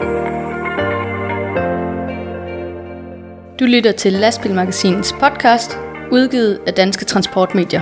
Du lytter til Lastbilmagasinets podcast, udgivet af Danske Transportmedier.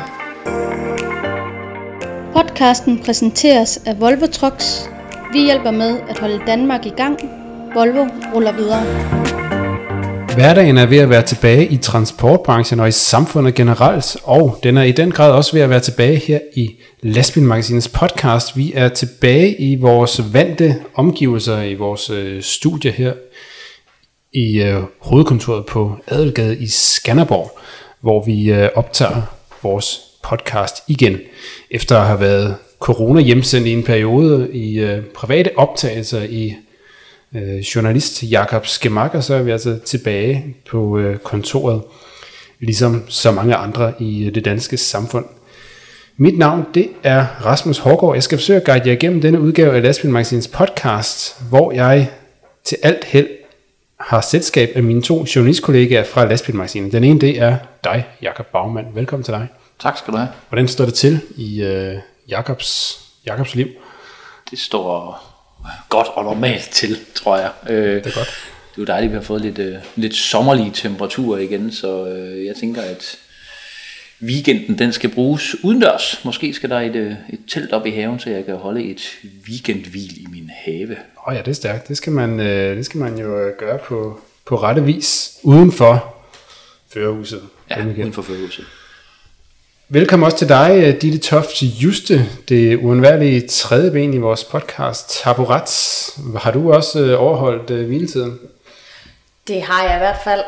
Podcasten præsenteres af Volvo Trucks. Vi hjælper med at holde Danmark i gang. Volvo ruller videre. Hverdagen er ved at være tilbage i transportbranchen og i samfundet generelt, og den er i den grad også ved at være tilbage her i Lastbilmagasinets podcast. Vi er tilbage i vores vante omgivelser, i vores studie her i hovedkontoret på Adelgade i Skanderborg, hvor vi optager vores podcast igen, efter at have været corona-hjemsendt i en periode i private optagelser i journalist Jakob Skemaker, så er vi altså tilbage på kontoret, ligesom så mange andre i det danske samfund. Mit navn, det er Rasmus Hårgaard. Jeg skal forsøge at guide jer igennem denne udgave af Lastbilmagasinets podcast, hvor jeg til alt held har selskab af mine to journalistkollegaer fra Lastbilmagasinet. Den ene, det er dig, Jakob Baumann. Velkommen til dig. Tak skal du have. Hvordan står det til i Jakobs liv? Det står godt og normalt til, tror jeg. Det er godt. Det er jo dejligt, at vi har fået lidt sommerlige temperaturer igen, så jeg tænker, at weekenden den skal bruges udendørs. Måske skal der et telt op i haven, så jeg kan holde et weekendhvil i min have. Ja, det er stærkt. Det skal man jo gøre på rette vis uden for førerhuset. Ja, uden for førerhuset. Velkommen også til dig, Ditte Toft Juste, det uundværlige tredje ben i vores podcast, Taburet. Har du også overholdt hviletiden? Det har jeg i hvert fald,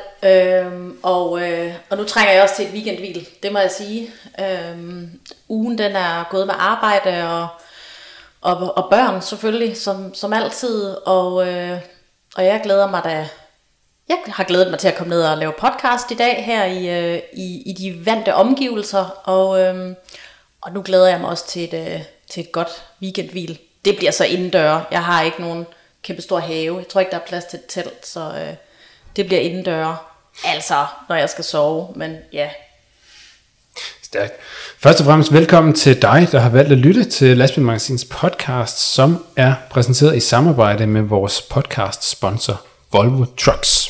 og nu trænger jeg også til et weekendhvil, det må jeg sige. Ugen den er gået med arbejde og børn selvfølgelig, som altid, og jeg glæder mig da. Jeg har glædet mig til at komme ned og lave podcast i dag her i de vante omgivelser, og nu glæder jeg mig også til et godt weekendhvil. Det bliver så indendør. Jeg har ikke nogen kæmpe stor have. Jeg tror ikke, der er plads til et telt, så det bliver indendør. Altså, når jeg skal sove, men ja. Stærkt. Først og fremmest velkommen til dig, der har valgt at lytte til Lastbilmagasinets podcast, som er præsenteret i samarbejde med vores podcast sponsor Volvo Trucks.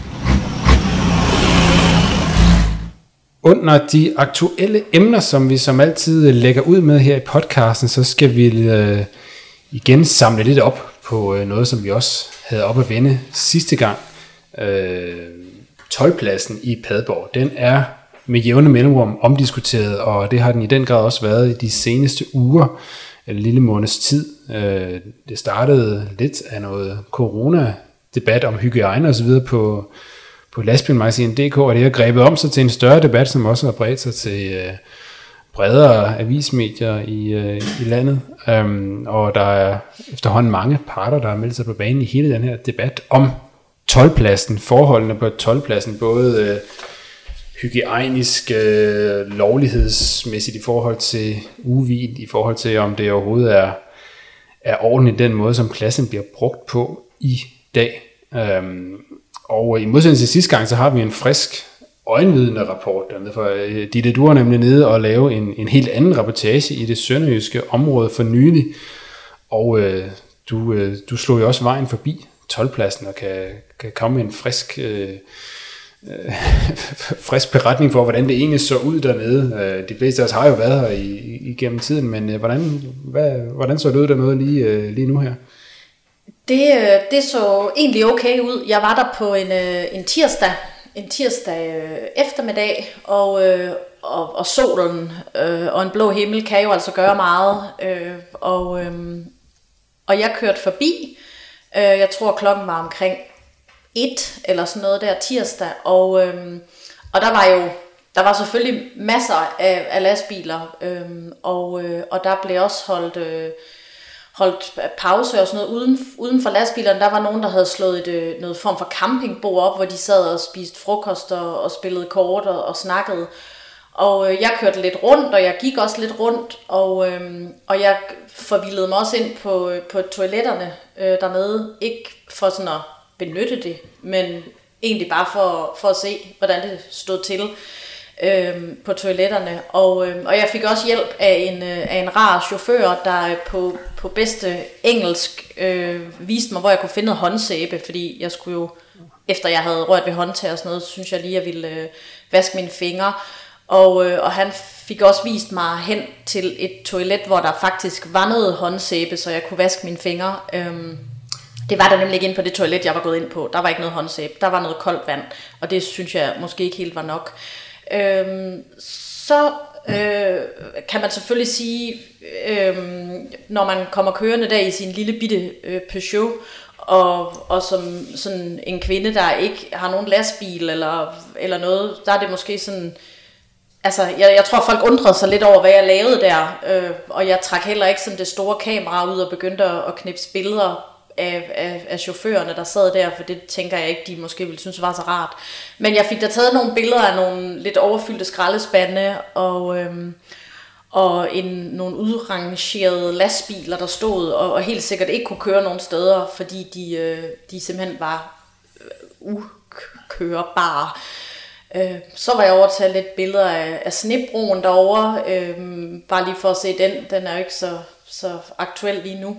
Under de aktuelle emner, som vi som altid lægger ud med her i podcasten, så skal vi igen samle lidt op på noget, som vi også havde op at vende sidste gang. Toldpladsen i Padborg, den er med jævne mellemrum omdiskuteret, og det har den i den grad også været i de seneste uger, en lille måneds tid. Det startede lidt af noget corona-debat om hygiejne og så videre på Lastbilmagasinet.dk, og det har grebet om sig til en større debat, som også har bredt sig til bredere avismedier i landet. Og der er efterhånden mange parter, der har meldt sig på banen i hele den her debat om toldpladsen, forholdene på toldpladsen, både hygiejnisk, lovlighedsmæssigt i forhold til uvil, i forhold til om det overhovedet er ordentligt den måde, som pladsen bliver brugt på i dag. Og i modsætning til sidste gang, så har vi en frisk øjenvidende rapport dernede fra Ditte. Du er nemlig nede og lave en helt anden rapportage i det sønderjyske område for nylig, og du slog jo også vejen forbi toldpladsen og kan komme med en frisk beretning for, hvordan det egentlig så ud dernede. De fleste af os har jo været her igennem tiden, men hvordan så det ud dernede lige nu her? Det så egentlig okay ud. Jeg var der på en tirsdag eftermiddag, og solen og en blå himmel kan jo altså gøre meget. Og jeg kørte forbi. Jeg tror klokken var omkring 1 eller sådan noget der tirsdag, og der var selvfølgelig masser af lastbiler, og der blev også holdt pause og sådan noget uden for lastbilerne. Der var nogen, der havde slået noget form for campingbord op, hvor de sad og spiste frokost og spillede kort og snakkede. Og jeg kørte lidt rundt, og jeg gik også lidt rundt, og jeg forvildede mig også ind på toiletterne dernede. Ikke for sådan at benytte det, men egentlig bare for at se, hvordan det stod til. på toiletterne. Og jeg fik også hjælp af en rar chauffør, der på bedste engelsk viste mig, hvor jeg kunne finde noget håndsæbe, fordi jeg skulle jo, efter jeg havde rørt ved håndtag og sådan noget, synes jeg lige, jeg ville vaske mine fingre. Og han fik også vist mig hen til et toilet, hvor der faktisk var noget håndsæbe, så jeg kunne vaske mine fingre. Det var der nemlig ikke inde på det toilet, jeg var gået ind på. Der var ikke noget håndsæbe, der var noget koldt vand, og det synes jeg måske ikke helt var nok. Så kan man selvfølgelig sige, når man kommer kørende der i sin lille bitte Peugeot, og som sådan en kvinde, der ikke har nogen lastbil eller noget, der er det måske sådan... Altså, jeg tror, folk undrede sig lidt over, hvad jeg lavede der, og jeg trak heller ikke sådan det store kamera ud og begyndte at knipse billeder af chaufførerne, der sad der, for det tænker jeg ikke, de måske ville synes var så rart. Men jeg fik da taget nogle billeder af nogle lidt overfyldte skraldespande, og nogle udrangerede lastbiler, der stod, og helt sikkert ikke kunne køre nogen steder, fordi de simpelthen var ukørbare. Så var jeg over at tage lidt billeder af Snebroen derovre, bare lige for at se den er jo ikke så aktuel lige nu.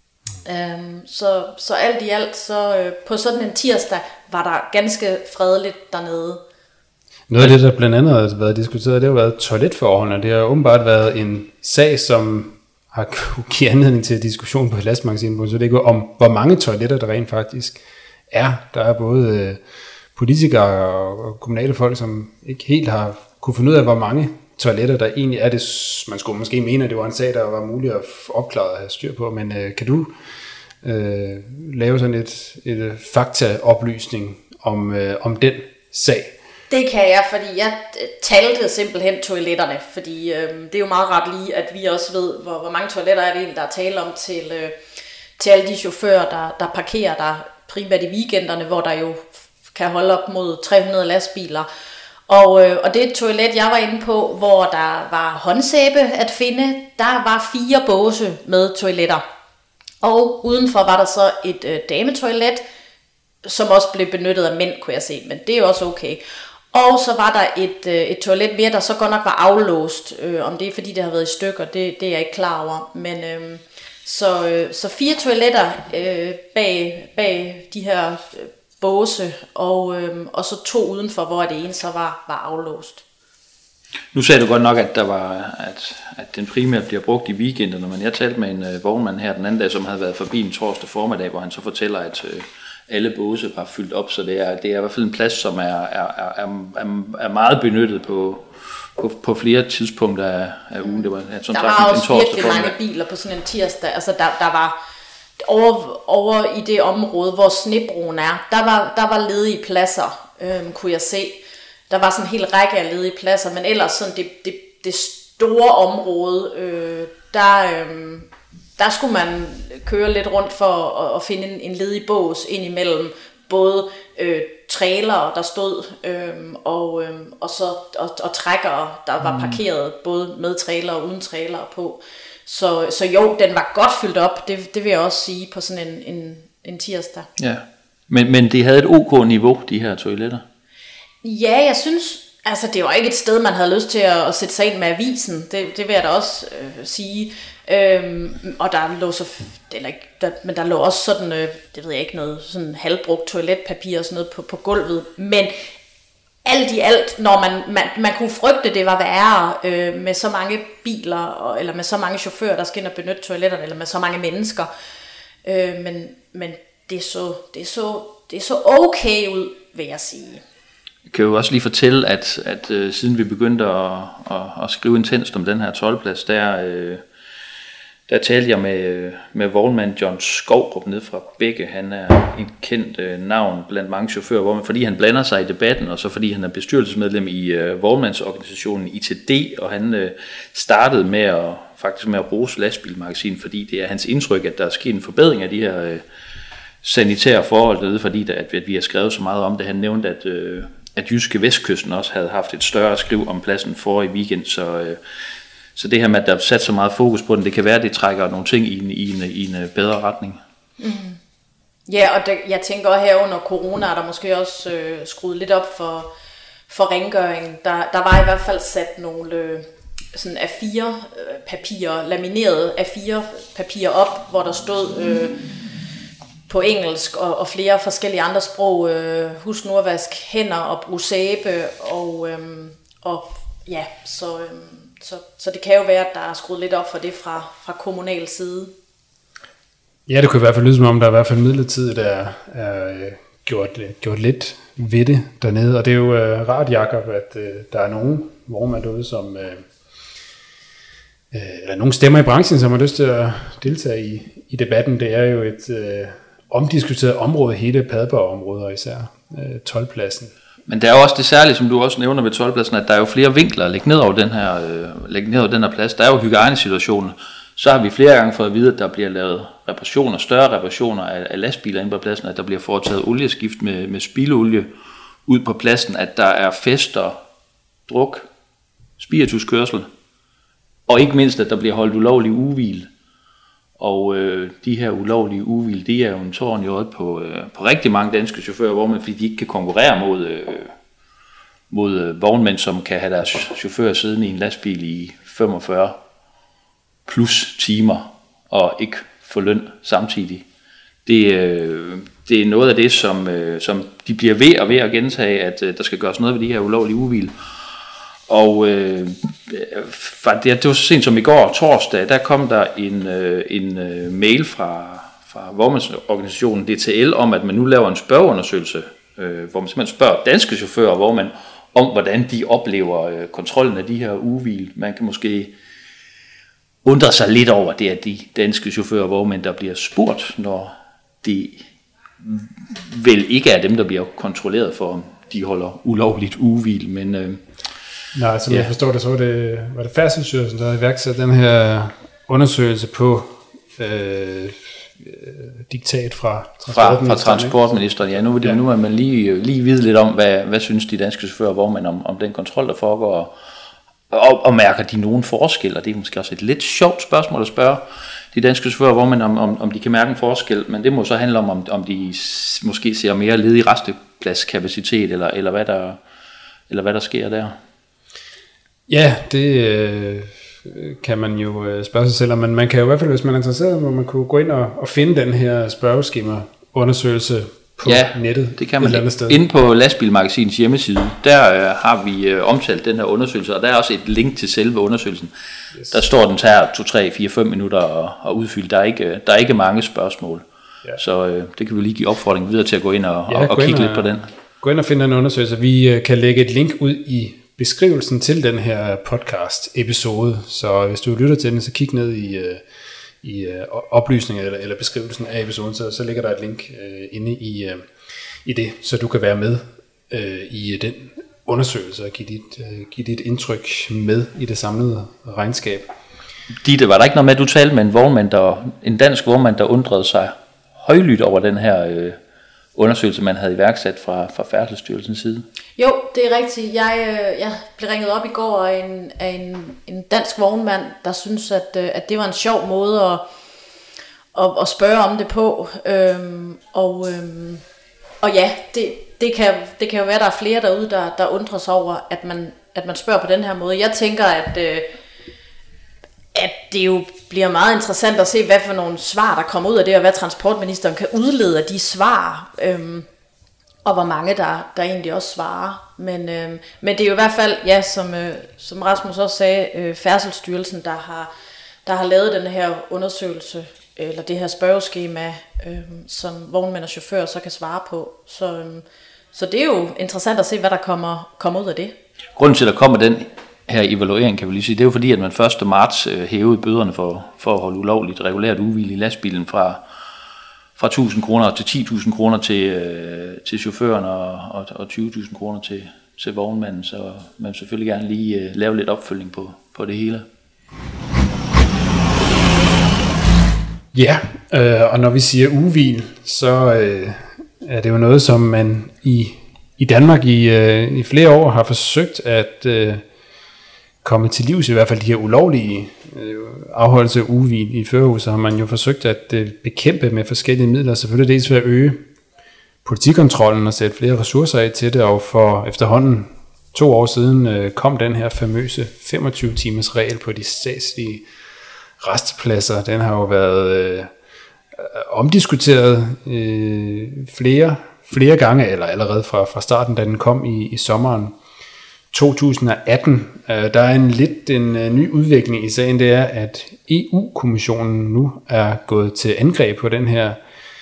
Så alt i alt, så på sådan en tirsdag var der ganske fredeligt dernede. Noget af det, der blandt andet har været diskuteret, det har været toiletforholdene. Det har åbenbart været en sag, som har kunnet give anledning til diskussion på lastmagasinet.dk om, hvor mange toiletter der rent faktisk er. Der er både politikere og kommunale folk, som ikke helt har kunne finde ud af, hvor mange toiletter der egentlig er. Det, man skulle måske mene, at det var en sag, der var muligt at opklare og have styr på, men kan du lave sådan et faktaoplysning om den sag? Det kan jeg, fordi jeg talte simpelthen toiletterne, fordi det er jo meget ret lige, at vi også ved, hvor mange toiletter er det egentlig, der er tale om til alle de chauffører, der parkerer der primært i weekenderne, hvor der jo kan holde op mod 300 lastbiler. Og det toilet, jeg var inde på, hvor der var håndsæbe at finde, der var 4 båse med toiletter. Og udenfor var der så et dametoilet, som også blev benyttet af mænd, kunne jeg se, men det er også okay. Og så var der et toilet mere, der så godt nok var aflåst. Om det er fordi, det har været i stykker, det er jeg ikke klar over. Men så 4 toiletter bag de her båse, og så 2 udenfor, hvor det ene så var aflåst. Nu sagde du godt nok, at at den primært bliver brugt i weekenderne, men jeg talte med en vognmand her den anden dag, som havde været forbi en torsdag formiddag, hvor han så fortæller, at alle båse var fyldt op, så det er i hvert fald en plads, som er meget benyttet på flere tidspunkter af ugen. Det var, der var også virkelig mange biler på sådan en tirsdag. Altså der var over i det område, hvor Snebroen er, der var ledige pladser, kunne jeg se. Der var sådan en hel række af ledige pladser, men ellers sådan det store område, der skulle man køre lidt rundt for at finde en ledig bås ind imellem både trailere, der stod, og trækkere, der var parkeret både med trailer og uden trailere på. Så jo, den var godt fyldt op, det vil jeg også sige på sådan en tirsdag. Ja, men det havde et OK niveau, de her toiletter? Ja, jeg synes, altså det var ikke et sted, man havde lyst til at sætte sig ind med avisen, det vil jeg da også sige. Og der lå men der lå også sådan, det ved jeg ikke, noget sådan halvbrugt toiletpapir og sådan noget på gulvet, men alt i alt, når man kunne frygte, det var værre med så mange biler, eller med så mange chauffører, der skal ind og benytte toiletterne, eller med så mange mennesker. Men det så okay ud, vil jeg sige. Jeg kan jo også lige fortælle, at siden vi begyndte at skrive intenst om den her toldplads, der talte jeg med vognmand John Skovrup ned fra Bække. Han er en kendt navn blandt mange chauffører, fordi han blander sig i debatten, og så fordi han er bestyrelsesmedlem i vognmandsorganisationen ITD, og han startede med at rose Lastbilmagasinet, fordi det er hans indtryk, at der er sket en forbedring af de her sanitære forhold derude, fordi at vi har skrevet så meget om det. Han nævnte, at Jyske Vestkysten også havde haft et større skriv om pladsen forrige weekend, så det her med, at der er sat så meget fokus på den, det kan være, at det trækker nogle ting i en bedre retning. Mm. Ja, og jeg tænker også her under corona, er der måske også skruet lidt op for rengøring. Der var i hvert fald sat nogle sådan A4 papirer, lamineret A4 papirer op, hvor der stod på engelsk og flere forskellige andre sprog, husk nu at vaske hænder og bruge sæbe, så det kan jo være, at der er skruet lidt op for det fra kommunal side. Ja, det kunne i hvert fald lyde som om, der i hvert fald midlertidigt er gjort lidt ved det dernede, og det er jo rart, Jakob, at der er nogen vognmænd derude, som eller nogle stemmer i branchen, som har lyst til at deltage i debatten. Det er jo et omdiskuteret område, hele Padborg-området, og især toldpladsen. Men der er jo også det særlige, som du også nævner ved toldpladsen, at der er jo flere vinkler at lægge ned over den her plads. Der er jo hygiejnesituationer. Så har vi flere gange fået at vide, at der bliver lavet større reparationer af lastbiler inde på pladsen, at der bliver foretaget olieskift med spildolie ud på pladsen, at der er fester, druk, spirituskørsel, og ikke mindst, at der bliver holdt ulovlig ugehvil. Og de her ulovlige ugehvil, det er jo en tårn i øjet på rigtig mange danske chauffører, hvor man, fordi de ikke kan konkurrere mod vognmænd, som kan have deres chauffører siddende i en lastbil i 45 plus timer og ikke få løn samtidig. Det er noget af det, som de bliver ved at gentage, at der skal gøres noget ved de her ulovlige ugehvil. Og det var så sent som i går, torsdag, der kom der en mail fra vognmandsorganisationen DTL om, at man nu laver en spørgeundersøgelse, hvor man simpelthen spørger danske chauffører og vognmænd om, hvordan de oplever kontrollen af de her ugehvil. Man kan måske undre sig lidt over det, at de danske chauffører og vognmænd, der bliver spurgt, når det vel ikke er dem, der bliver kontrolleret for, om de holder ulovligt ugehvil, men nej, som jeg forstår det, så var det Færdselsstyrelsen, der havde iværksat den her undersøgelse på diktat fra transportministeren. Ja, nu er man lige vide lidt om, hvad synes de danske chauffører og vognmænd om den kontrol, der foregår, og mærker de nogen forskel, og det er måske også et lidt sjovt spørgsmål at spørge de danske chauffører og vognmænd, om de kan mærke en forskel, men det må så handle om de måske ser mere ledig rastepladskapacitet, eller hvad der sker der. Ja, det kan man jo spørge sig selv om, men man kan jo i hvert fald, hvis man er interesseret, må man kunne gå ind og finde den her spørgeskema-undersøgelse på nettet. Det kan man inde på Lastbilmagasinets hjemmeside. Der har vi omtalt den her undersøgelse, og der er også et link til selve undersøgelsen. Yes. Der står, den tager 2, 3, 4, 5 minutter at udfylde. Der er ikke mange spørgsmål. Ja. Så det kan vi lige give opfordring videre til at gå ind og kigge lidt på den. Gå ind og finde den undersøgelse. Vi kan lægge et link ud i beskrivelsen til den her podcast episode, så hvis du lytter til den, så kig ned i oplysninger eller beskrivelsen af episoden, så ligger der et link inde i det, så du kan være med i den undersøgelse og give dit indtryk med i det samlede regnskab. Ditte, var der ikke noget med, at du talte med en dansk vognmand, der undrede sig højlydt over den her undersøgelse, man havde iværksat fra Færdselsstyrelsens side? Jo, det er rigtigt. Jeg blev ringet op i går af en dansk vognmand, der synes, at det var en sjov måde at spørge om det på. Og ja, det kan jo være, der er flere derude, der undrer sig over, at man spørger på den her måde. Jeg tænker, at det jo bliver meget interessant at se, hvad for nogle svar, der kommer ud af det, og hvad transportministeren kan udlede af de svar, og hvor mange, der egentlig også svarer. Men det er jo i hvert fald, ja, som Rasmus også sagde, Færdselsstyrelsen, der har lavet den her undersøgelse, eller det her spørgeskema, som vognmænd og chauffører så kan svare på. Så det er jo interessant at se, hvad der kommer ud af det. Grunden til, at der kommer den her evaluering, kan vi lige sige, det er jo fordi, at man 1. marts hævede bøderne for at holde ulovligt regulært ugehvil i lastbilen fra 1.000 kroner til 10.000 kroner til chaufføren og 20.000 kroner til vognmanden, så man vil selvfølgelig gerne lige lave lidt opfølging på det hele. Ja, og når vi siger ugehvil, så er det jo noget, som man i Danmark i flere år har forsøgt at komme til livs, i hvert fald de her ulovlige afholdelse af ugehvil i førerhuset, har man jo forsøgt at bekæmpe med forskellige midler. Selvfølgelig dels ved at øge politikontrollen og sætte flere ressourcer af til det, og for efterhånden 2 år siden kom den her famøse 25-timers regel på de statslige rastepladser. Den har jo været omdiskuteret flere gange, eller allerede fra starten, da den kom i sommeren 2018. Der er en ny udvikling i sagen, det er, at EU-kommissionen nu er gået til angreb på den her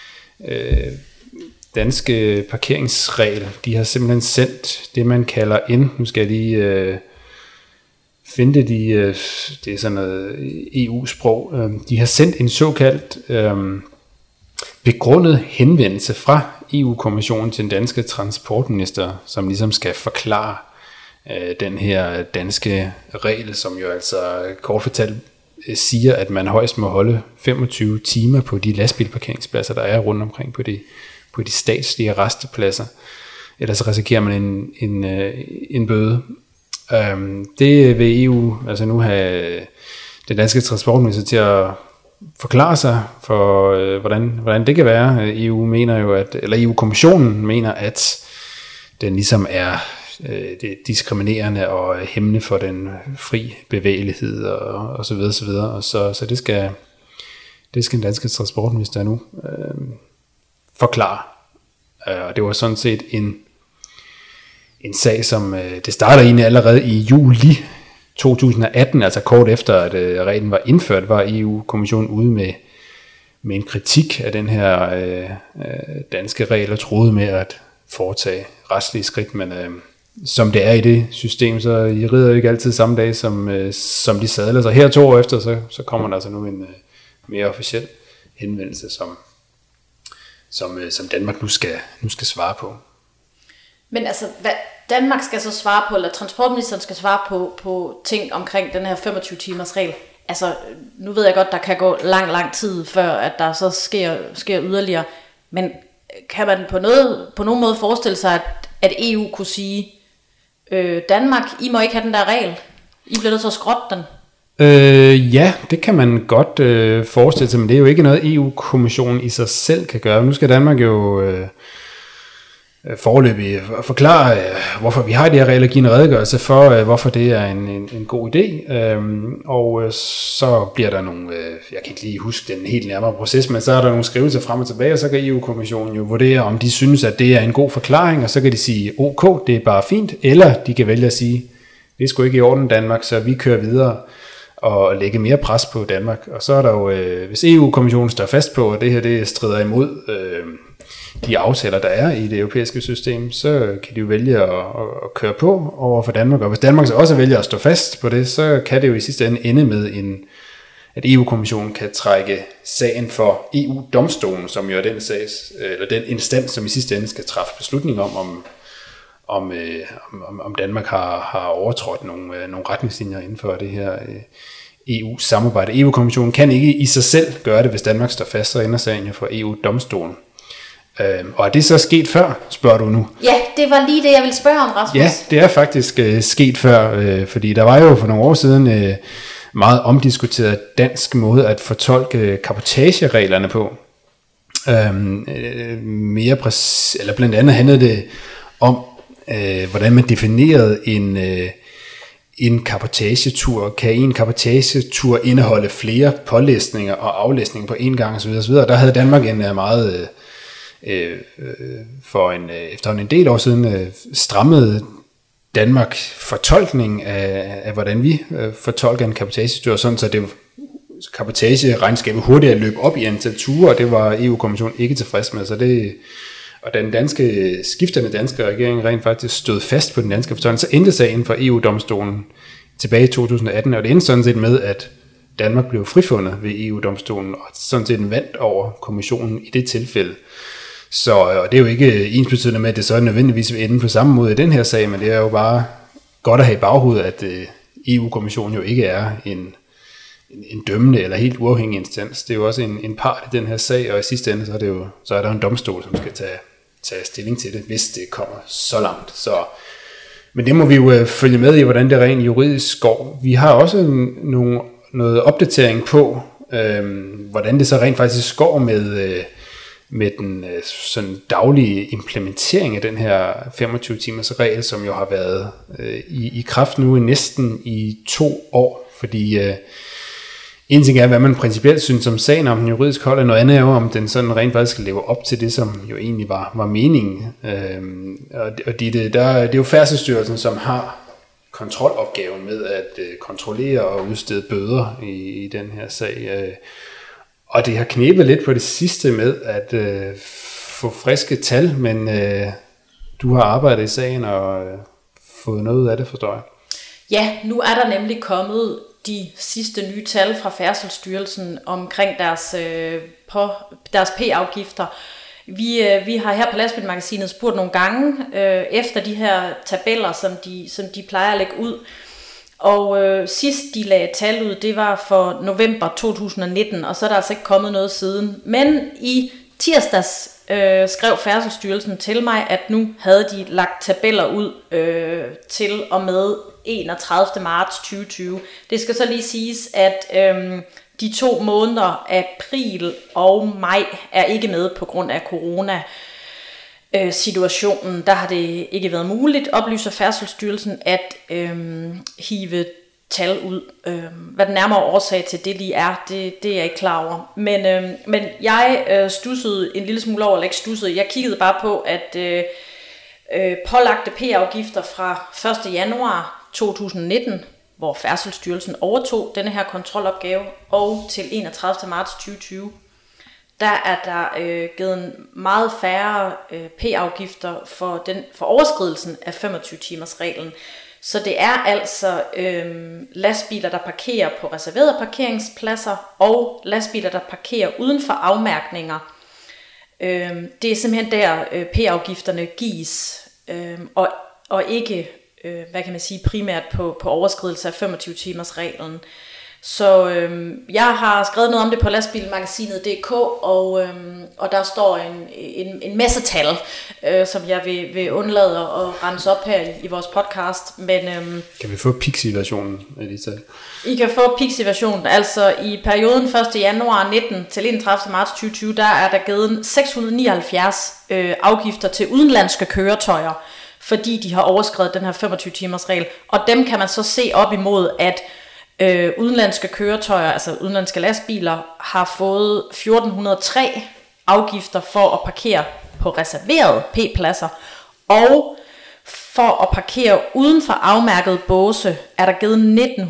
danske parkeringsregel. De har simpelthen sendt det, man kalder nu skal jeg lige finde det er sådan noget EU-sprog. De har sendt en såkaldt begrundet henvendelse fra EU-kommissionen til den danske transportminister, som ligesom skal forklare den her danske regel, som jo altså kort fortalt siger, at man højst må holde 25 timer på de lastbilparkeringspladser, der er rundt omkring på de statslige rastepladser. Ellers risikerer man en bøde. Det vil EU altså nu have den danske transportminister til at forklare sig for, hvordan det kan være. EU-kommissionen mener, at den ligesom er det diskriminerende og hæmmende for den fri bevægelighed og så videre, så videre. Og så det skal den danske transportminister nu forklare. Og det var sådan set en sag, som det starter egentlig allerede i juli 2018, altså kort efter at reglen var indført, var EU-kommissionen ude med en kritik af den her danske regel og troede med at foretage retslige skridt, men som det er i det system, så I rider jo ikke altid samme dag, som de sadler. Så her 2 år efter, så kommer der altså nu en mere officiel henvendelse, som Danmark nu skal svare på. Men altså, hvad Danmark skal så svare på, eller transportministeren skal svare på ting omkring den her 25-timers regel. Altså, nu ved jeg godt, der kan gå lang tid, før at der så sker yderligere. Men kan man på nogen måde forestille sig, at EU kunne sige, Danmark, I må ikke have den der regel. I bliver nødt til at skrotte den. Ja, det kan man godt forestille sig, men det er jo ikke noget EU-kommissionen i sig selv kan gøre. Nu skal Danmark jo foreløbig forklare, hvorfor vi har de her regler, give en redegørelse for, hvorfor det er en god idé. Og så bliver der nogle, jeg kan ikke lige huske den helt nærmere proces, men så er der nogle skrivelser frem og tilbage, og så kan EU-kommissionen jo vurdere, om de synes, at det er en god forklaring, og så kan de sige, ok, det er bare fint, eller de kan vælge at sige, det er sgu ikke i orden Danmark, så vi kører videre og lægge mere pres på Danmark. Og så er der jo, hvis EU-kommissionen står fast på, at det her det strider imod de aftaler, der er i det europæiske system, så kan de jo vælge at køre på over for Danmark. Og hvis Danmark så også vælger at stå fast på det, så kan det jo i sidste ende med at EU-kommissionen kan trække sagen for EU-domstolen, som jo er den instans, som i sidste ende skal træffe beslutning om Danmark har overtrådt nogle retningslinjer inden for det her EU-samarbejde. EU-kommissionen kan ikke i sig selv gøre det, hvis Danmark står fast, så ender sagen jo for EU-domstolen. Og er det så sket før, spørger du nu? Ja, det var lige det, jeg ville spørge om, Rasmus. Ja, det er faktisk sket før, fordi der var jo for nogle år siden meget omdiskuteret dansk måde at fortolke cabotagereglerne på. Eller blandt andet handlede det om, hvordan man definerede en cabotagetur. Kan en cabotagetur indeholde flere pålæsninger og aflæsninger på en gang osv. Der havde Danmark en meget efterhånden en del år siden strammede Danmark fortolkning af hvordan vi fortolker en cabotagetur, sådan så det cabotageregnskabet hurtigt at løbe op i antal ture, og det var EU-kommissionen ikke tilfreds med. Så det, og den skiftende danske regering rent faktisk stod fast på den danske fortolkning, så endte sagen for EU-domstolen tilbage i 2018, og det endte sådan set med, at Danmark blev frifundet ved EU-domstolen, og sådan set vandt over kommissionen i det tilfælde. Så og det er jo ikke ensbetydende med, at det så nødvendigvis vil ende på samme måde i den her sag, men det er jo bare godt at have i baghovedet, at EU-kommissionen jo ikke er en dømmende eller helt uafhængig instans. Det er jo også en part i den her sag, og i sidste ende så er der en domstol, som skal tage stilling til det, hvis det kommer så langt. Men det må vi jo følge med i, hvordan det rent juridisk går. Vi har også noget opdatering på, hvordan det så rent faktisk går med med den sådan daglige implementering af den her 25 timers regel, som jo har været i kraft nu næsten i 2 år, fordi en ting er, hvad man principielt synes om sagen om den juridiske hold, og noget andet er jo, om den sådan rent faktisk skal leve op til det, som jo egentlig var meningen. Og det er jo Færdselsstyrelsen, som har kontrolopgaven med at kontrollere og udstede bøder i den her sag. Og det har knebet lidt på det sidste med at få friske tal, men du har arbejdet i sagen og fået noget ud af det, forstår jeg. Ja, nu er der nemlig kommet de sidste nye tal fra Færdselsstyrelsen omkring deres P-afgifter. Vi har her på Lastbilmagasinet spurgt nogle gange efter de her tabeller, som de plejer at lægge ud. Og sidst de lagde tal ud, det var for november 2019, og så er der altså ikke kommet noget siden. Men i tirsdags skrev Færdselsstyrelsen til mig, at nu havde de lagt tabeller ud til og med 31. marts 2020. Det skal så lige siges, at de 2 måneder, april og maj, er ikke med på grund af corona-situationen. Der har det ikke været muligt, oplyser Færdselsstyrelsen, at hive tal ud. Hvad den nærmere årsag til det lige er, det er jeg ikke klar over. Men jeg stussede en lille smule over, eller ikke stussede, jeg kiggede bare på, at pålagte P-afgifter fra 1. januar 2019, hvor Færdselsstyrelsen overtog denne her kontrolopgave, og til 31. marts 2020, der er der givet meget færre P-afgifter for overskridelsen af 25-timers-reglen. Så det er altså lastbiler, der parkerer på reserverede parkeringspladser, og lastbiler, der parkerer uden for afmærkninger. Det er simpelthen der P-afgifterne gives, og ikke primært på overskridelse af 25-timers-reglen. Så jeg har skrevet noget om det på lastbilmagasinet.dk, og der står en masse tal, som jeg vil undlade at rense op her i vores podcast. Men, kan vi få Pixie-versionen af de tal? I kan få Pixie-versionen. Altså i perioden 1. januar 19 til 31. marts 2020, der er der givet 679 afgifter til udenlandske køretøjer, fordi de har overskredet den her 25-timers regel. Og dem kan man så se op imod, at udenlandske køretøjer, altså udenlandske lastbiler, har fået 1403 afgifter for at parkere på reserverede P-pladser, og for at parkere uden for afmærkede båse er der givet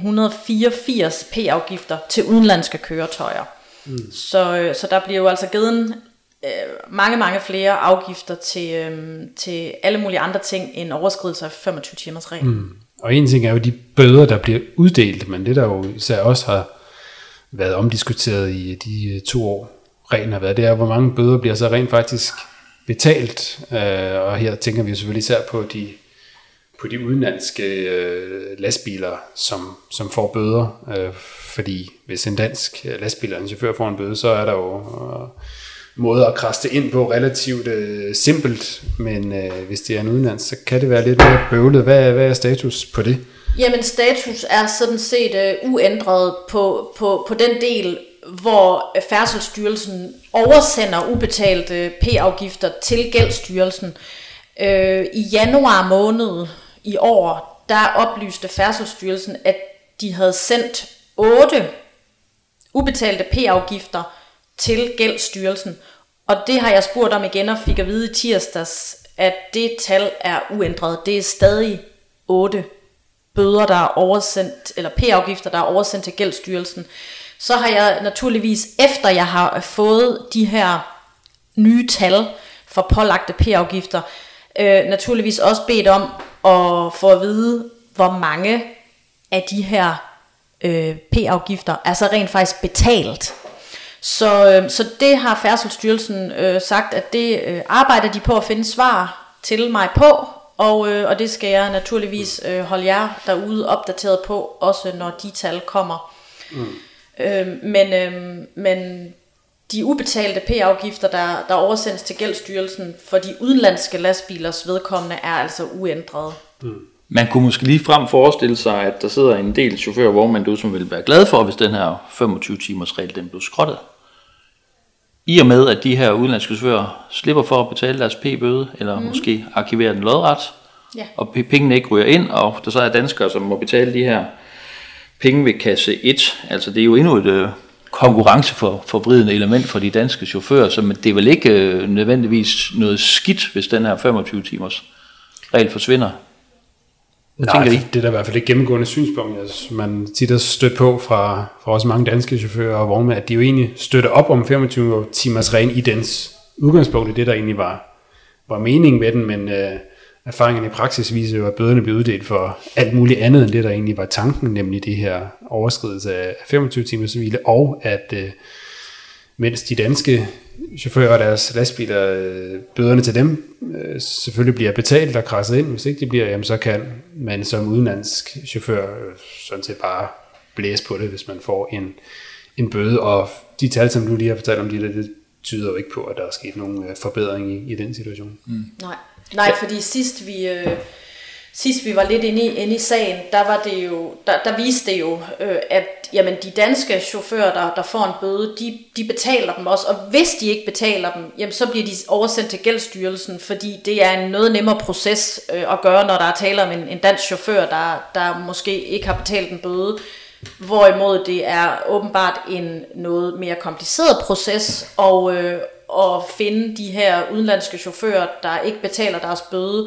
1984 P-afgifter til udenlandske køretøjer. Så der bliver jo altså givet mange flere afgifter til alle mulige andre ting end overskridelse af 25-timers reglen. Og en ting er jo de bøder, der bliver uddelt, men det der jo især også har været omdiskuteret i de 2 år, reglen har været, det er, hvor mange bøder bliver så rent faktisk betalt. Og her tænker vi selvfølgelig især på de udenlandske lastbiler, som får bøder. Fordi hvis en dansk lastbil eller en chauffør får en bøde, så er der jo måde at krasse det ind på relativt simpelt, men hvis det er en udenlands, så kan det være lidt mere bøvlet. Hvad er status på det? Jamen status er sådan set uændret på den del, hvor Færdselsstyrelsen oversender ubetalte P-afgifter til Gældsstyrelsen. I januar måned i år, der oplyste Færdselsstyrelsen, at de havde sendt 8 ubetalte P-afgifter til Gældsstyrelsen. Og det har jeg spurgt om igen og fik at vide i tirsdags, at det tal er uændret. Det er stadig 8 bøder, der er oversendt, eller P-afgifter, der er oversendt til Gældsstyrelsen. Så har jeg naturligvis, efter jeg har fået de her nye tal for pålagte P-afgifter, naturligvis også bedt om at få at vide, hvor mange af de her P-afgifter er så rent faktisk betalt. Så det har Færdselsstyrelsen sagt, at det arbejder de på at finde svar til mig på, og det skal jeg naturligvis holde jer derude opdateret på, også når de tal kommer. Men de ubetalte P-afgifter, der oversendes til Gældsstyrelsen for de udenlandske lastbilers vedkommende, er altså uændrede. Man kunne måske lige frem forestille sig, at der sidder en del chauffører, hvor man som vil være glad for, hvis den her 25-timers regel den blev skrottet. i og med, at de her udenlandske chauffører slipper for at betale deres p-bøde, eller måske arkivere den lodret, og pengene ikke ryger ind, og der så er danskere, som må betale de her penge ved kasse 1. Altså det er jo endnu et konkurrenceforvridende element for de danske chauffører, så det er vel ikke nødvendigvis noget skidt, hvis den her 25 timers regel forsvinder. Nej, det er da i hvert fald et gennemgående synspunkt. Altså, man tit har stødt på fra også mange danske chauffører og vognmænd, at de jo egentlig støtter op om 25 timers regel i dens udgangspunkt. Det der egentlig var meningen med den, men erfaringen i praksis viser jo, at bøderne bliver uddelt for alt muligt andet end det, der egentlig var tanken, nemlig det her overskridelse af 25 timers hvile, og at mens de danske chauffører og deres lastbiler, bøderne til dem selvfølgelig bliver betalt og krasset ind. Hvis ikke de bliver, jamen, så kan man som udenlandsk chauffør sådan set bare blæse på det, hvis man får en bøde. Og de tal, som du lige har fortalt om, det tyder jo ikke på, at der er sket nogen forbedring i den situation. Nej, fordi sidst vi var lidt inde i sagen, der viste det jo, at jamen, de danske chauffører, der får en bøde, de betaler dem også, og hvis de ikke betaler dem, jamen, så bliver de oversendt til Gældsstyrelsen, fordi det er en noget nemmere proces at gøre, når der er tale om en dansk chauffør, der måske ikke har betalt en bøde, hvorimod det er åbenbart en noget mere kompliceret proces at finde de her udenlandske chauffører, der ikke betaler deres bøde.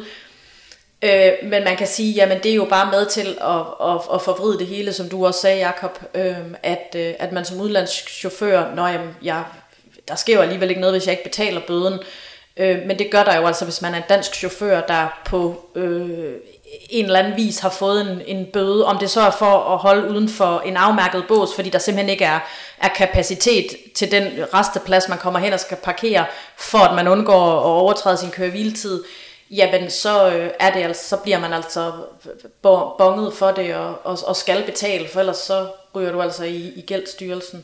Men man kan sige, jamen det er jo bare med til at forvride det hele, som du også sagde, Jakob, at man som udenlandsk chauffør, der sker jo alligevel ikke noget, hvis jeg ikke betaler bøden. Men det gør der jo altså, hvis man er en dansk chauffør, der på en eller anden vis har fået en bøde, om det så er for at holde uden for en afmærket bås, fordi der simpelthen ikke er kapacitet til den resteplads, man kommer hen og skal parkere, for at man undgår at overtræde sin køre-hviletid. Jamen så bliver man altså bonget for det og skal betale, for ellers så ryger du altså i Gældsstyrelsen.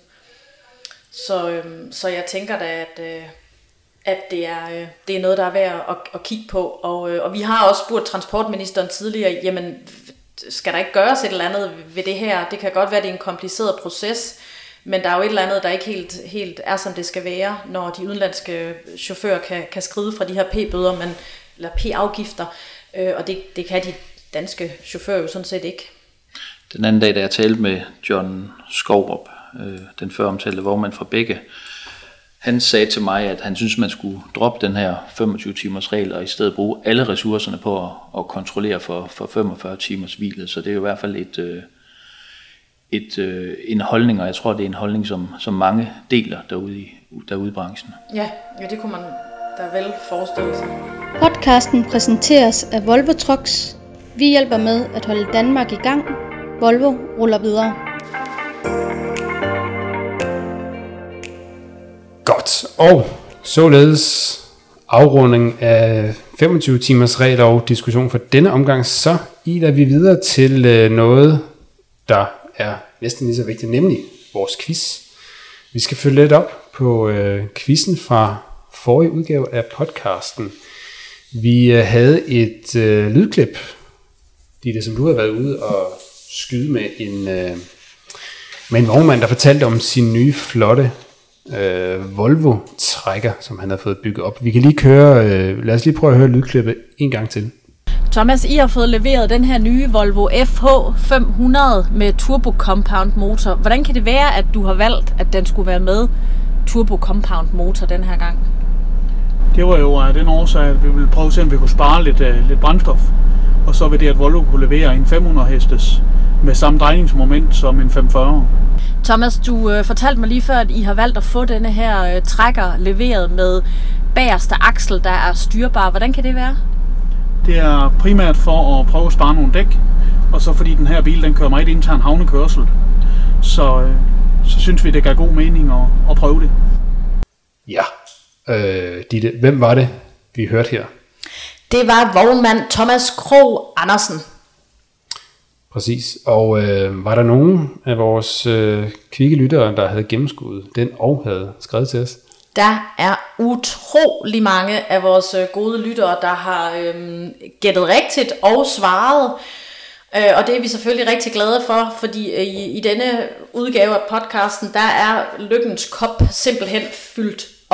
Så jeg tænker da, at det er noget, der er værd at kigge på. Og vi har også spurgt transportministeren tidligere, jamen skal der ikke gøres et eller andet ved det her? Det kan godt være, det er en kompliceret proces, men der er jo et eller andet, der ikke helt er, som det skal være, når de udenlandske chauffører kan skride fra de her p-bøder, eller p-afgifter, og det kan de danske chauffører jo sådan set ikke. Den anden dag, da jeg talte med John Skovrup, den før omtalte vognmand fra Begge, han sagde til mig, at han synes, man skulle droppe den her 25 timers regel, og i stedet bruge alle ressourcerne på at kontrollere for 45 timers hvile. Så det er jo i hvert fald en holdning, og jeg tror, det er en holdning, som mange deler derude i branchen. Ja, det kunne man da vel forestille sig. Podcasten præsenteres af Volvo Trucks. Vi hjælper med at holde Danmark i gang. Volvo ruller videre. Godt, og således afrunding af 25 timers regler og diskussion for denne omgang, så iler vi videre til noget, der er næsten lige så vigtigt, nemlig vores quiz. Vi skal følge lidt op på quizzen fra forrige udgave af podcasten. Vi havde et lydklip, Ditte, som du har været ude og skyde med en vognmand, der fortalte om sin nye flotte Volvo-trækker, som han har fået bygget op. Vi kan lige lad os lige prøve at høre lydklippet en gang til. Thomas, I har fået leveret den her nye Volvo FH500 med turbo compound motor. Hvordan kan det være, at du har valgt, at den skulle være med turbo compound motor den her gang? Det var jo den årsag, at vi ville prøve at se, om vi kunne spare lidt brændstof. Og så ved det, at Volvo kunne levere en 500 hestes med samme drejningsmoment som en 540. Thomas, du fortalte mig lige før, at I har valgt at få denne her trækker leveret med bagerste aksel, der er styrbar. Hvordan kan det være? Det er primært for at prøve at spare nogle dæk, og så fordi den her bil den kører meget intern havnekørsel. Så synes vi, det gav god mening at prøve det. Ja, Ditte, hvem var det, vi hørte her? Det var vognmand Thomas Krog Andersen. Præcis, og var der nogen af vores kvikke lyttere, der havde gennemskuddet den og havde skrevet til os? Der er utrolig mange af vores gode lyttere, der har gættet rigtigt og svaret. Og det er vi selvfølgelig rigtig glade for, fordi i denne udgave af podcasten, der er lykkens kop simpelthen fyldt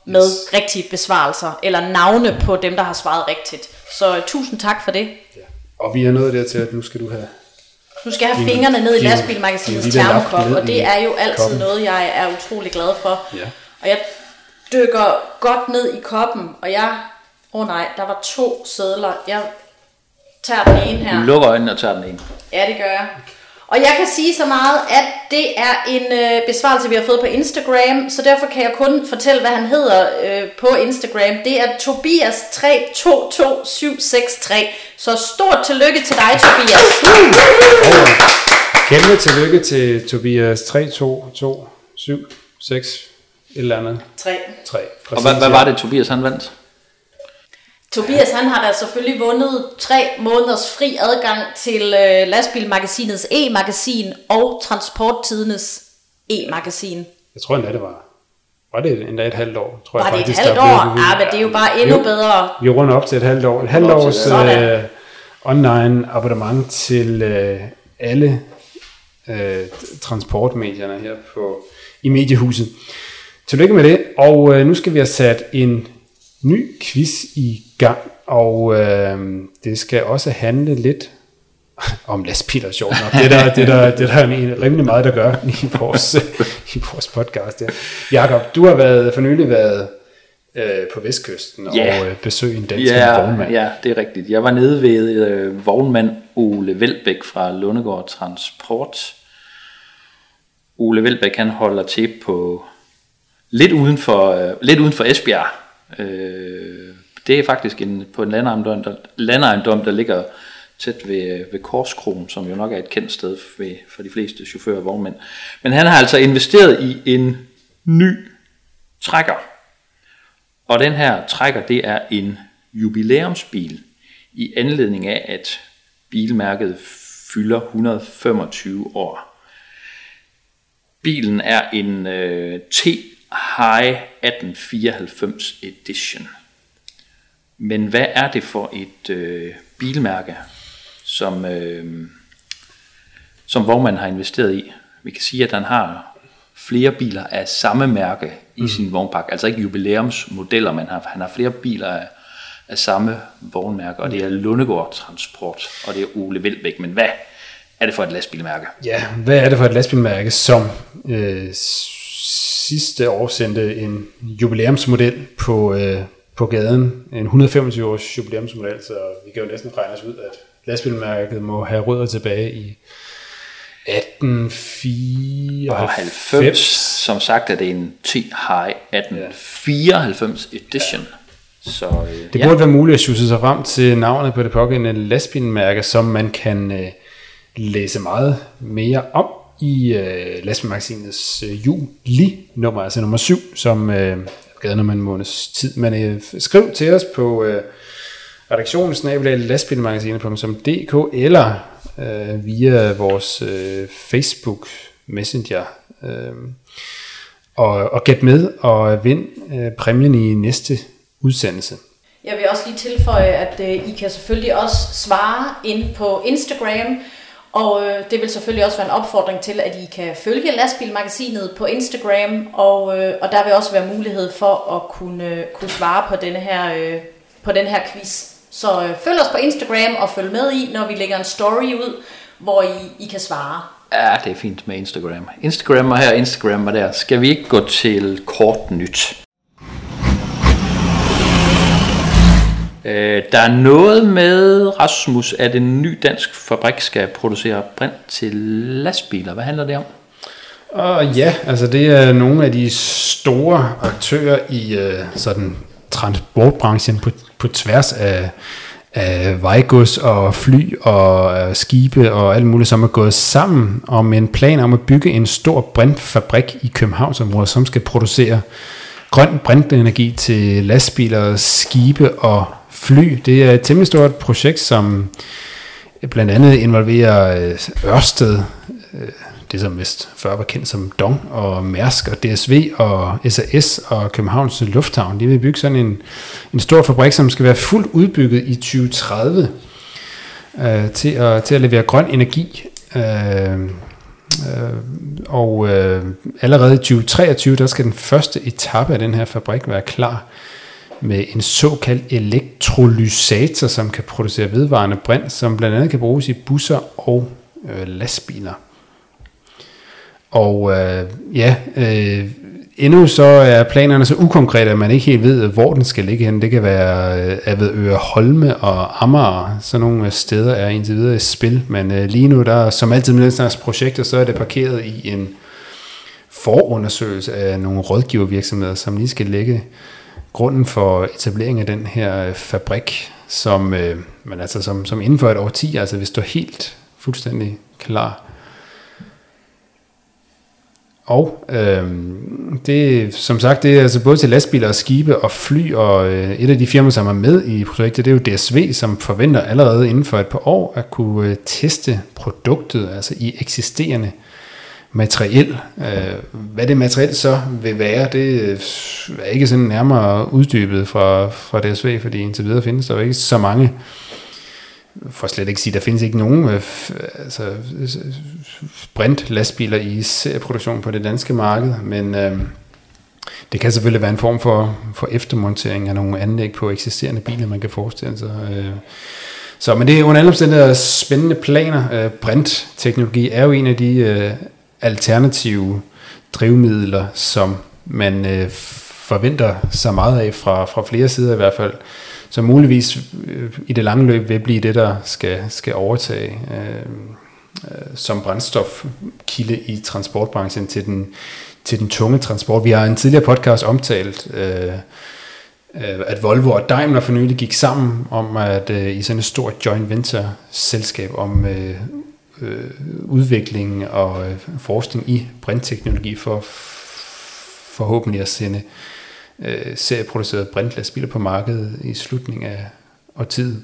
med rigtige besvarelser, eller navne på dem, der har svaret rigtigt. Så tusind tak for det. Ja. Og vi er nået dertil, at nu skal du have... Nu skal jeg have fingrene ned i Lastbilmagasinets termokop, og det er jo altid noget, jeg er utrolig glad for. Ja. Og jeg dykker godt ned i koppen, og der var 2 sedler. Jeg tager den ene her. Du lukker øjnene og tager den ene. Ja, det gør jeg. Og jeg kan sige så meget, at det er en besvarelse, vi har fået på Instagram, så derfor kan jeg kun fortælle, hvad han hedder på Instagram. Det er Tobias322763. Så stort tillykke til dig, Tobias. Kæmpe tillykke til Tobias 3227 et eller andet. 3. Og hvad var det, Tobias han vandt? Tobias han har da selvfølgelig vundet 3 måneders fri adgang til Lastbilmagasinets e-magasin og Transporttidenes e-magasin. Jeg tror endda det var det endda et halvt år, tror var jeg faktisk. Var det et halvt år? Ja, men det er jo bare endnu bedre. Vi runder op til et halvt år. Et halvt års online abonnement til alle transportmedierne her i Mediehuset. Tillykke med det, og nu skal vi have sat en ny quiz i gang, og det skal også handle lidt om lastbiler, sjovt nok. Det er der rimelig meget, der gør i vores podcast. Ja. Jakob, du har for nylig været på Vestkysten og besøgt en dansk vognmand. Ja, det er rigtigt. Jeg var nede ved vognmand Ole Welbæk fra Lundegård Transport. Ole Welbæk, han holder til på lidt uden for Esbjerg. Det er faktisk på en landejendom, der ligger tæt ved Korskrogen, som jo nok er et kendt sted for de fleste chauffører og vognmænd. Men han har altså investeret i en ny trækker. Og den her trækker, det er en jubilæumsbil i anledning af, at bilmærket fylder 125 år. Bilen er en T-High 1894 Edition. Men hvad er det for et bilmærke, som vognmanden har investeret i? Vi kan sige, at han har flere biler af samme mærke i sin vognpark. Altså ikke jubilæumsmodeller, men han har flere biler af samme vognmærke, og det er Lundegård Transport, og det er Ole Welbæk. Men hvad er det for et lastbilmærke? Ja, hvad er det for et lastbilmærke, som sidste år sendte en jubilæumsmodel på gaden, en 125 års jubilæumsmodel, så vi kan jo næsten regne os ud, at lastbilmærket må have rødder tilbage i 1894. Som sagt er det en T-High 1894 Edition. Så, det burde være muligt at sjusse sig frem til navnet på det pågældende lastbilmærke, som man kan læse meget mere om i Lastbilmagasinets juli-nummer, altså nummer 7, som gaden om en måneds tid. Men skriv til os på redaktionen@lastbilmagasinet.dk eller via vores Facebook Messenger og gæt med og vind præmien i næste udsendelse. Jeg vil også lige tilføje, at I kan selvfølgelig også svare ind på Instagram, og det vil selvfølgelig også være en opfordring til, at I kan følge Lastbilmagasinet på Instagram, og der vil også være mulighed for at kunne svare på den her quiz. Så følg os på Instagram og følg med i, når vi lægger en story ud, hvor I kan svare. Ja, det er fint med Instagram. Instagram og her, Instagram og der. Skal vi ikke gå til kort nyt? Der er noget med, Rasmus, at en ny dansk fabrik skal producere brint til lastbiler. Hvad handler det om? Ja, altså det er nogle af de store aktører i sådan transportbranchen på tværs af vejgods og fly og skibe og alt muligt, som er gået sammen om en plan om at bygge en stor brintfabrik i Københavnsområdet, som skal producere grøn brintenergi til lastbiler, skibe og fly. Det er et temmelig stort projekt, som blandt andet involverer Ørsted, det som vist før var kendt som DONG, og Mærsk og DSV og SAS og Københavns Lufthavn. De vil bygge sådan en stor fabrik, som skal være fuldt udbygget i 2030 til at levere grøn energi allerede i 2023, der skal den første etape af den her fabrik være klar med en såkaldt elektrolysator, som kan producere vedvarende brint, som blandt andet kan bruges i busser og lastbiler. Og endnu så er planerne så ukonkrete, at man ikke helt ved, hvor den skal ligge hen. Det kan være Avedøre Holme og Amager. Så nogle steder er indtil videre i spil. Men lige nu, der som altid med den slags projekter, så er det parkeret i en forundersøgelse af nogle rådgivervirksomheder, som lige skal lægge grunden for etablering af den her fabrik, som inden for et årti altså vil stå helt fuldstændig klar. Og det, som sagt, det er altså både til lastbiler og skibe og fly, og et af de firmaer, som er med i projektet, det er jo DSV, som forventer allerede inden for et par år at kunne teste produktet, altså i eksisterende materiel. Hvad det materiel så vil være, det er ikke sådan nærmere uddybet fra DSV, fordi indtil videre findes der jo ikke så mange. For slet ikke sige, der findes ikke nogen brintlastbiler i serieproduktion på det danske marked, men det kan selvfølgelig være en form for eftermontering af nogle anlæg på eksisterende biler, man kan forestille sig. Men det er under alle omstændigheder spændende planer. Brintteknologi er jo en af de alternative drivmidler, som man forventer sig meget af fra flere sider i hvert fald, så muligvis i det lange løb vil blive det, der skal overtage som brændstofkilde i transportbranchen til den tunge transport. Vi har en tidligere podcast omtalt, at Volvo og Daimler for nylig gik sammen om at i sådan et stort joint venture selskab om udvikling og forskning i brintteknologi for forhåbentlig at sende serieproducerede brintlastbiler på markedet i slutningen af årtiet.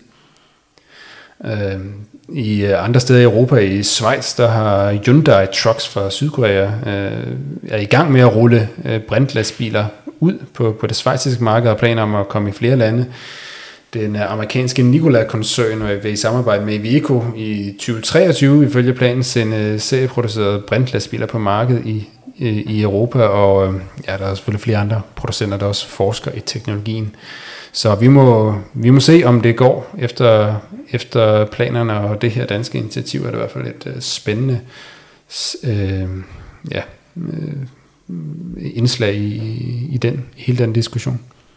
I andre steder i Europa, i Schweiz, der har Hyundai Trucks fra Sydkorea er i gang med at rulle brintlastbiler ud på det schweiziske marked og planer om at komme i flere lande. Den amerikanske Nikola-koncern vil i samarbejde med Iveco i 2023 ifølge planen sende serieproducerede brintlastbiler på markedet i Europa, og der er selvfølgelig flere andre producenter, der også forsker i teknologien. Så vi må se, om det går efter planerne, og det her danske initiativ er det i hvert fald et spændende indslag i hele den diskussion.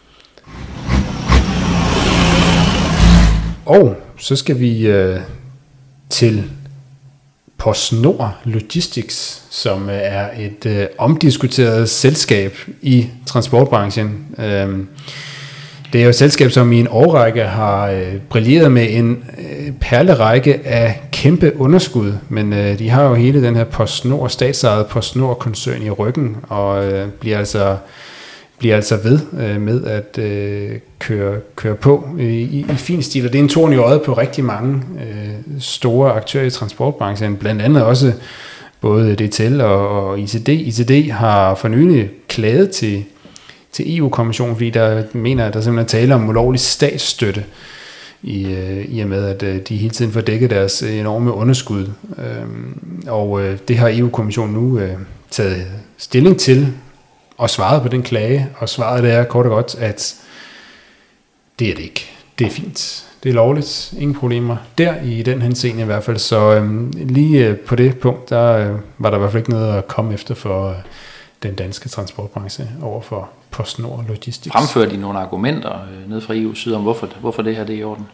Og så skal vi til PostNord Logistics, som er et omdiskuteret selskab i transportbranchen. Det er jo et selskab, som i en årrække har brilleret med en perlerække af kæmpe underskud, men de har jo hele den her PostNord, statsejede PostNord-koncern i ryggen, og bliver altså ved med at køre på i fin stil. Og det er en torn i øjet på rigtig mange store aktører i transportbranchen, blandt andet også både DTL og ICD. ICD har for nylig klaget til EU-kommissionen, fordi der mener, at der simpelthen taler om ulovlig statsstøtte, i og med, at de hele tiden får dækket deres enorme underskud. Og det har EU-kommissionen nu taget stilling til, og svaret på den klage, og svaret det er kort og godt, at det er det ikke. Det er fint. Det er lovligt. Ingen problemer. Der i den henseende i hvert fald. Så lige på det punkt, der var der i hvert fald ikke noget at komme efter for den danske transportbranche over for PostNord Logistics. Fremfører de nogle argumenter ned fra EU's side om, hvorfor det her det er i orden?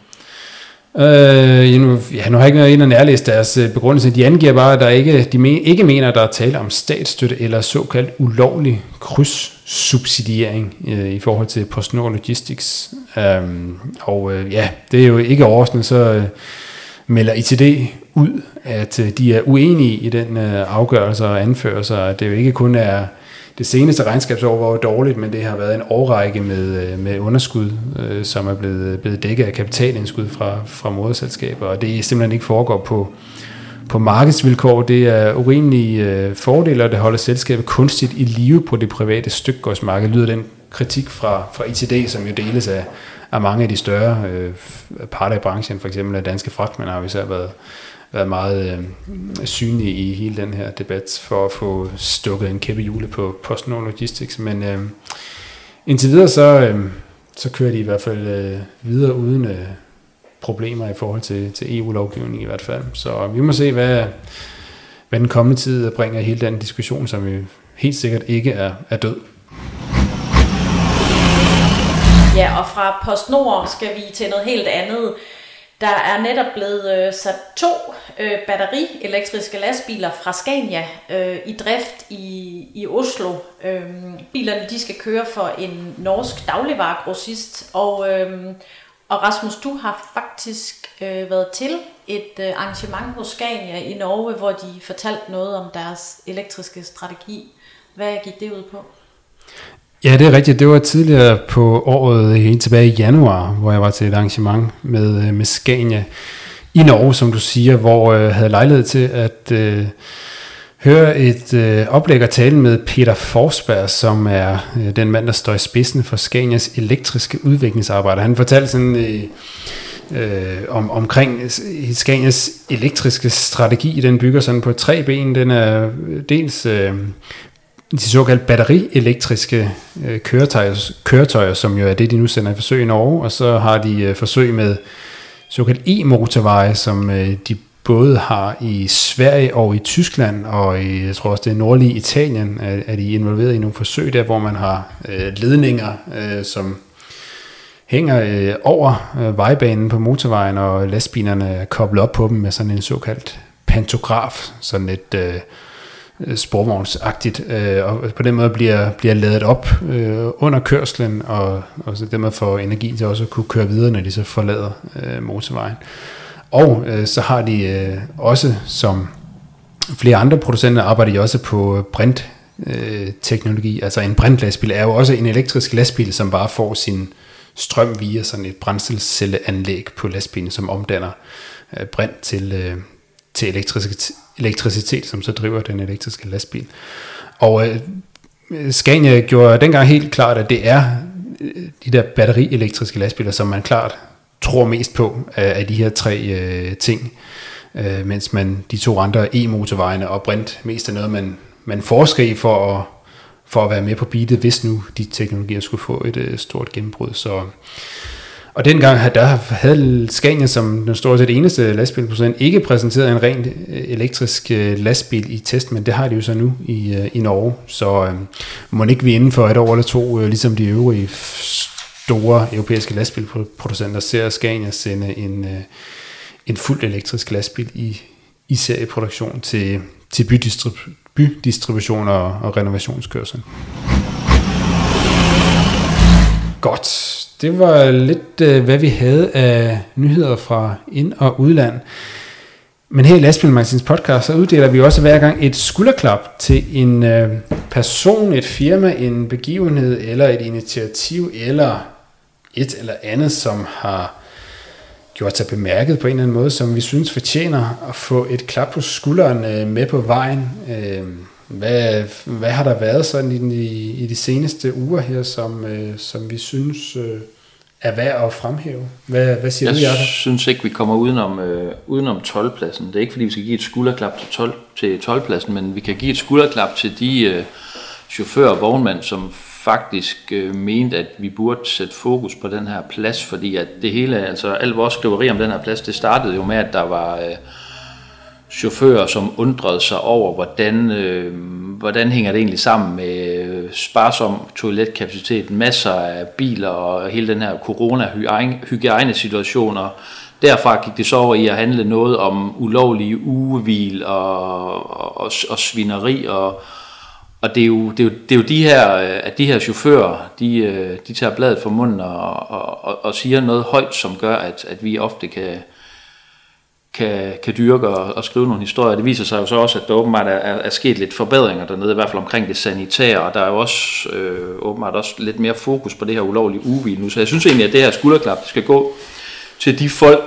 Nu har jeg ikke noget ind og nærlæst deres begrundelse. De angiver bare, at der ikke mener, at der er tale om statsstøtte eller såkaldt ulovlig krydssubsidiering i forhold til PostNord Logistics. Det er jo ikke overraskende, så melder ITD ud, at de er uenige i den afgørelse og anfører sig, at det jo ikke kun er det seneste regnskabsår var jo dårligt, men det har været en årrække med underskud, som er blevet dækket af kapitalindskud fra moderselskaber, og det simpelthen ikke foregår på markedsvilkår. Det er urimelige fordele, og det holder selskabet kunstigt i live på det private stykgårdsmarked, lyder den kritik fra ITD, som jo deles af mange af de større parter i branchen, for eksempel af Danske Fragtmænd har vi så været været meget synlige i hele den her debat for at få stukket en kæppe hjule på PostNord Logistics. Men indtil videre så kører de i hvert fald videre uden problemer i forhold til EU-lovgivning i hvert fald. Så vi må se, hvad den kommende tid bringer i hele den diskussion, som jo helt sikkert ikke er død. Ja, og fra PostNord skal vi til noget helt andet. Der er netop blevet sat 2 batterielektriske lastbiler fra Scania i drift i Oslo. Bilerne de skal køre for en norsk dagligvaregrossist, og Rasmus, du har faktisk været til et arrangement hos Scania i Norge, hvor de fortalte noget om deres elektriske strategi. Hvad gik det ud på? Ja, det er rigtigt. Det var tidligere på året, helt tilbage i januar, hvor jeg var til et arrangement med Scania i Norge, som du siger, hvor jeg havde lejlighed til at høre et oplæg og tale med Peter Forsberg, som er den mand, der står i spidsen for Scanias elektriske udviklingsarbejde. Han fortalte sådan omkring Scanias elektriske strategi. Den bygger sådan på 3 ben. Den er dels de såkaldte batterielektriske køretøjer, som jo er det, de nu sender i forsøg i Norge, og så har de forsøg med såkaldt e-motorveje, som de både har i Sverige og i Tyskland, og jeg tror også det nordlige Italien, er de involveret i nogle forsøg der, hvor man har ledninger, som hænger over vejbanen på motorvejen, og lastbilerne er koblet op på dem med sådan en såkaldt pantograf, sådan et sporvognsagtigt, og på den måde bliver ladet op under kørslen, og så dermed får energi til også at kunne køre videre, når de så forlader motorvejen. Og så har de også, som flere andre producenter, arbejder de også på brintteknologi. Altså en brintlastbil er jo også en elektrisk lastbil, som bare får sin strøm via sådan et brændselscelleanlæg på lastbilen, som omdanner brint til elektricitet, som så driver den elektriske lastbil. Og Scania gjorde dengang helt klart, at det er de der batterielektriske lastbiler, som man klart tror mest på af de her 3 ting, mens de 2 andre e-motorvejene og brint mest er noget, man forsker i for at være med på beatet, hvis nu de teknologier skulle få et stort gennembrud. Og dengang havde Scania som den stort set eneste lastbilproducent ikke præsenteret en rent elektrisk lastbil i test, men det har de jo så nu i Norge. Så må ikke vi inden for 1 år eller 2, ligesom de øvrige store europæiske lastbilproducenter, ser Scania sende en fuldt elektrisk lastbil i serieproduktion til bydistribution og renovationskørsel. Godt. Det var lidt, hvad vi havde af nyheder fra ind- og udland. Men her i Lastbilmagasinets podcast, så uddeler vi også hver gang et skulderklap til en person, et firma, en begivenhed eller et initiativ, eller et eller andet, som har gjort sig bemærket på en eller anden måde, som vi synes fortjener at få et klap på skulderen med på vejen. Hvad har der været sådan i de seneste uger her, som vi synes er værd at fremhæve? Hvad siger du, Jacob? Jeg synes ikke, vi kommer udenom toldpladsen. Det er ikke, fordi vi skal give et skulderklap til toldpladsen, men vi kan give et skulderklap til de chauffører og vognmænd, som faktisk mente, at vi burde sætte fokus på den her plads, fordi at det hele, altså al vores skriveri om den her plads, det startede jo med, at der var chauffører, som undrede sig over, hvordan hænger det egentlig sammen med sparsom toiletkapacitet, masser af biler og hele den her corona-hygiejnesituation. Derfra gik det så over i at handle noget om ulovlige ugehvil og svineri, og det er jo de her chauffører, de tager bladet fra munden og siger noget højt, som gør, at vi ofte kan dyrke og skrive nogle historier. Det viser sig jo så også, at der åbenbart er sket lidt forbedringer dernede, i hvert fald omkring det sanitære, og der er jo også åbenbart også lidt mere fokus på det her ulovlige ugehvil nu. Så jeg synes egentlig, at det her skulderklap, det skal gå til de folk,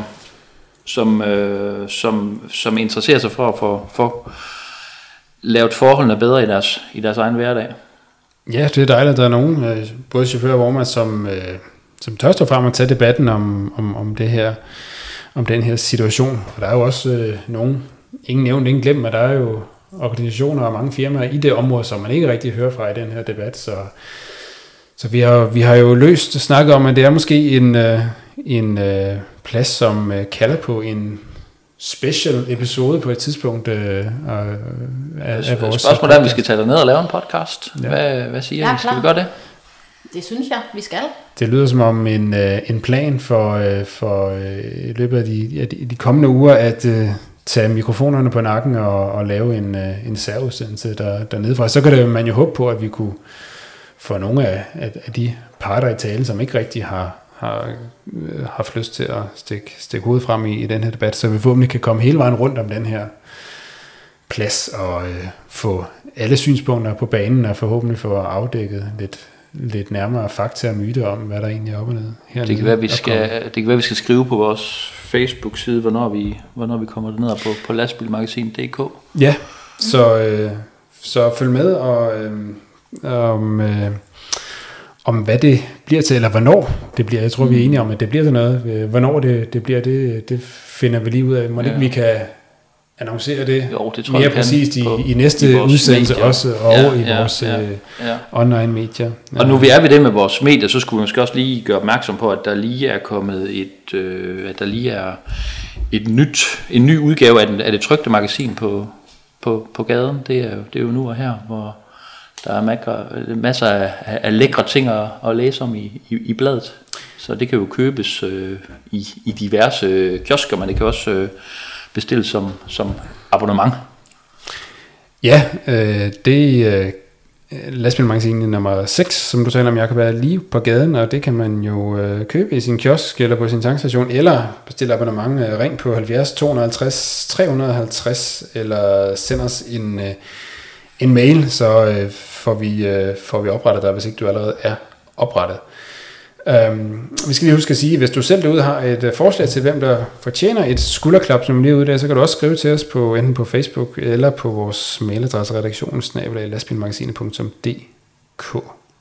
som interesserer sig for at få lavet forholdene bedre i deres egen hverdag. Ja, det er dejligt, at der er nogen, både chauffører og vognmænd, som tør stå frem og tage debatten om det her. om den her situation. Og der er jo også ingen nævnt, ingen glemt, men der er jo organisationer og mange firmaer i det område, som man ikke rigtig hører fra i den her debat. Så vi har jo snakket om, at det er måske en plads, som kalder på en special episode på et tidspunkt af vores... Spørgsmålet er, om vi skal tage derned og lave en podcast. Ja. Hvad siger I? Skal vi gøre det? Det synes jeg, vi skal. Det lyder som om en plan for i løbet af de kommende uger at tage mikrofonerne på nakken og lave en særudsendelse dernede fra. Så kan det man jo håbe på, at vi kunne få nogle af de parter i talen, som ikke rigtig har haft lyst til at stikke hovedet frem i den her debat, så vi forhåbentlig kan komme hele vejen rundt om den her plads og få alle synspunkter på banen og forhåbentlig få afdækket lidt nærmere fakta og myter om, hvad der egentlig er op og ned. Det kan være, vi skal skrive på vores Facebook-side, hvornår vi kommer derned på lastbilmagasin.dk. Ja, så følg med og om hvad det bliver til, eller hvornår det bliver. Jeg tror, vi er enige om, at det bliver til noget. Hvornår det bliver, det finder vi lige ud af. Må ikke vi kan annoncere det, det tror mere præcist i næste udsendelse medier. Også, og i vores online medier. Ja. Og nu vi er ved det med vores medier, så skulle vi måske også lige gøre opmærksom på, at der lige er kommet en ny udgave af det trykte magasin på gaden. Det er jo nu og her, hvor der er masser af lækre ting at læse om i bladet. Så det kan jo købes i diverse kiosker, men det kan også bestilles som abonnement. Ja, det lastbilmagasinet nummer 6, som du taler om, Jacob, er lige på gaden, og det kan man jo købe i sin kiosk eller på sin tankstation, eller bestille abonnement. Ring på 70 250 350, eller send os en mail, så får vi oprettet dig, hvis ikke du allerede er oprettet. Vi skal lige huske at sige, hvis du selv derude har et forslag til, hvem der fortjener et skulderklap, som lige ude der, så kan du også skrive til os enten på Facebook eller på vores mailadresse redaktionen@lastbilmagasinet.dk.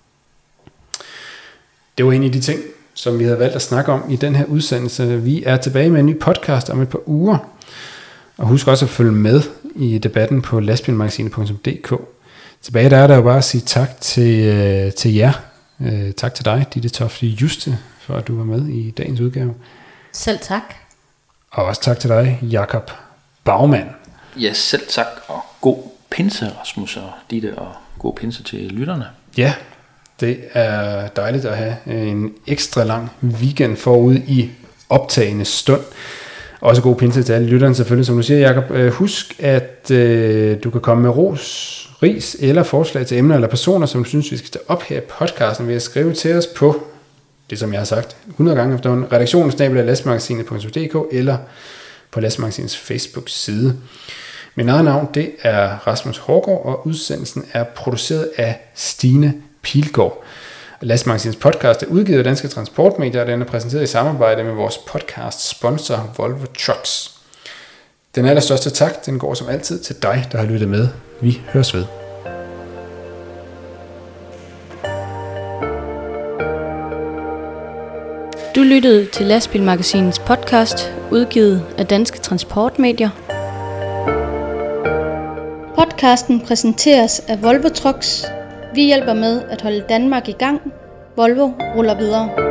Det var en af de ting, som vi havde valgt at snakke om i den her udsendelse. Vi er tilbage med en ny podcast om et par uger, og husk også at følge med i debatten på lastbilmagasinet.dk. Tilbage der er der jo bare at sige tak til jer. Tak til dig, Ditte Tofte Juste, for at du var med i dagens udgave. Selv tak. Og også tak til dig, Jakob Baumann. Ja, selv tak, og god pinse, Rasmus og Ditte, og god pinse til lytterne. Ja, det er dejligt at have en ekstra lang weekend forud i optagende stund. Også god pinse til alle lytterne selvfølgelig, som du siger, Jakob. Husk, at du kan komme med ris eller forslag til emner eller personer, som du synes, vi skal tage op her i podcasten, ved at skrive til os på, det som jeg har sagt 100 gange efterhånden, redaktionen@lastbilmagasinet.dk eller på Lastbilmagasinets Facebook-side. Mit eget navn, det er Rasmus Hårgaard, og udsendelsen er produceret af Stine Pilgaard. Lastbilmagasinets podcast er udgivet af Danske Transportmedier, og den er præsenteret i samarbejde med vores podcast-sponsor Volvo Trucks. Den allerstørste tak, den går som altid til dig, der har lyttet med. Vi høres ved. Du lyttede til Lastbilmagasinets podcast, udgivet af Danske Transportmedier. Podcasten præsenteres af Volvo Trucks. Vi hjælper med at holde Danmark i gang. Volvo ruller videre.